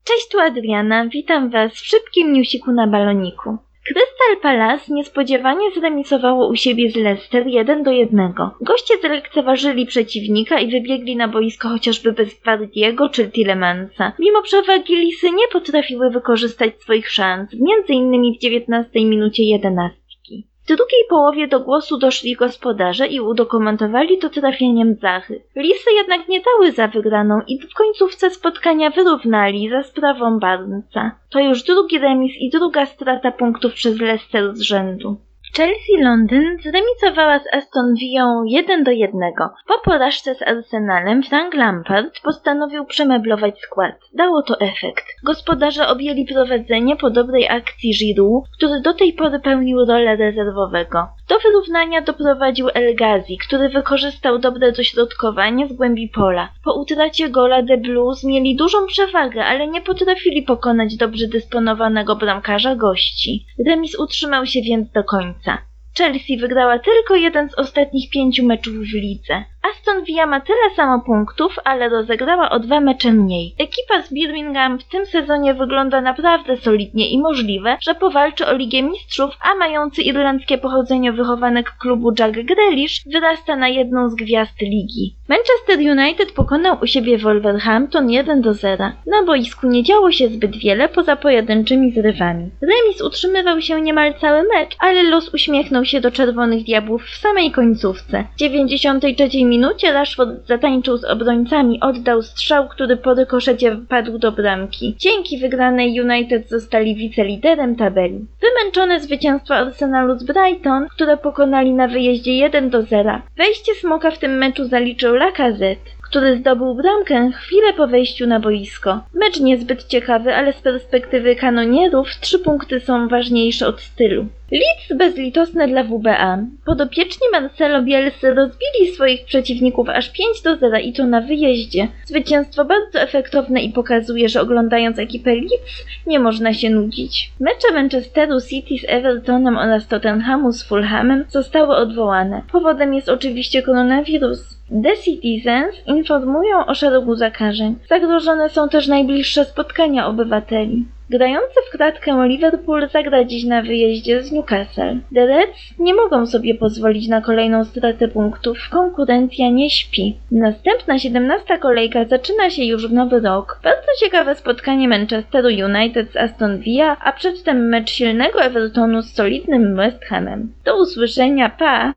Cześć, tu Adriana, witam Was w szybkim newsiku na baloniku. Crystal Palace niespodziewanie zremisowało u siebie z Leicester 1-1. Goście zlekceważyli przeciwnika i wybiegli na boisko chociażby bez Vardiego czy Tielemannsa. Mimo przewagi Lisy nie potrafiły wykorzystać swoich szans, m.in. w 19 minucie 11. W drugiej połowie do głosu doszli gospodarze i udokumentowali to trafieniem Zachy. Lisy jednak nie dały za wygraną i w końcówce spotkania wyrównali za sprawą Barnesa. To już drugi remis i druga strata punktów przez Leicester z rzędu. Chelsea Londyn zremisowała z Aston Villą 1-1. Po porażce z Arsenalem Frank Lampard postanowił przemeblować skład. Dało to efekt. Gospodarze objęli prowadzenie po dobrej akcji Giroud, który do tej pory pełnił rolę rezerwowego. Do wyrównania doprowadził El Ghazi, który wykorzystał dobre dośrodkowanie z głębi pola. Po utracie gola The Blues mieli dużą przewagę, ale nie potrafili pokonać dobrze dysponowanego bramkarza gości. Remis utrzymał się więc do końca. Chelsea wygrała tylko jeden z ostatnich 5 meczów w lidze. Aston Villa ma tyle samo punktów, ale rozegrała o 2 mecze mniej. Ekipa z Birmingham w tym sezonie wygląda naprawdę solidnie i możliwe, że powalczy o Ligę Mistrzów, a mający irlandzkie pochodzenie wychowanek klubu Jack Grealish wyrasta na jedną z gwiazd ligi. Manchester United pokonał u siebie Wolverhampton 1-0. Na boisku nie działo się zbyt wiele poza pojedynczymi zrywami. Remis utrzymywał się niemal cały mecz, ale los uśmiechnął się do Czerwonych Diabłów w samej końcówce. W 93 minucie Rashford zatańczył z obrońcami, oddał strzał, który po rykoszecie wpadł do bramki. Dzięki wygranej United zostali wiceliderem tabeli. Wymęczone zwycięstwo Arsenalu z Brighton, które pokonali na wyjeździe 1-0. Wejście Smoka w tym meczu zaliczył Lacazette, który zdobył bramkę chwilę po wejściu na boisko. Mecz niezbyt ciekawy, ale z perspektywy kanonierów 3 punkty są ważniejsze od stylu. Leeds bezlitosne dla WBA. Podopieczni Marcelo Bielsy rozbili swoich przeciwników aż 5-0 i to na wyjeździe. Zwycięstwo bardzo efektowne i pokazuje, że oglądając ekipę Leeds nie można się nudzić. Mecze Manchesteru City z Evertonem oraz Tottenhamu z Fulhamem zostały odwołane. Powodem jest oczywiście koronawirus. The Citizens informują o szeregu zakażeń. Zagrożone są też najbliższe spotkania obywateli. Grający w kratkę Liverpool zagra dziś na wyjeździe z Newcastle. The Reds nie mogą sobie pozwolić na kolejną stratę punktów, konkurencja nie śpi. Następna 17. kolejka zaczyna się już w nowy rok. Bardzo ciekawe spotkanie Manchesteru United z Aston Villa, a przedtem mecz silnego Evertonu z solidnym West Hamem. Do usłyszenia, pa!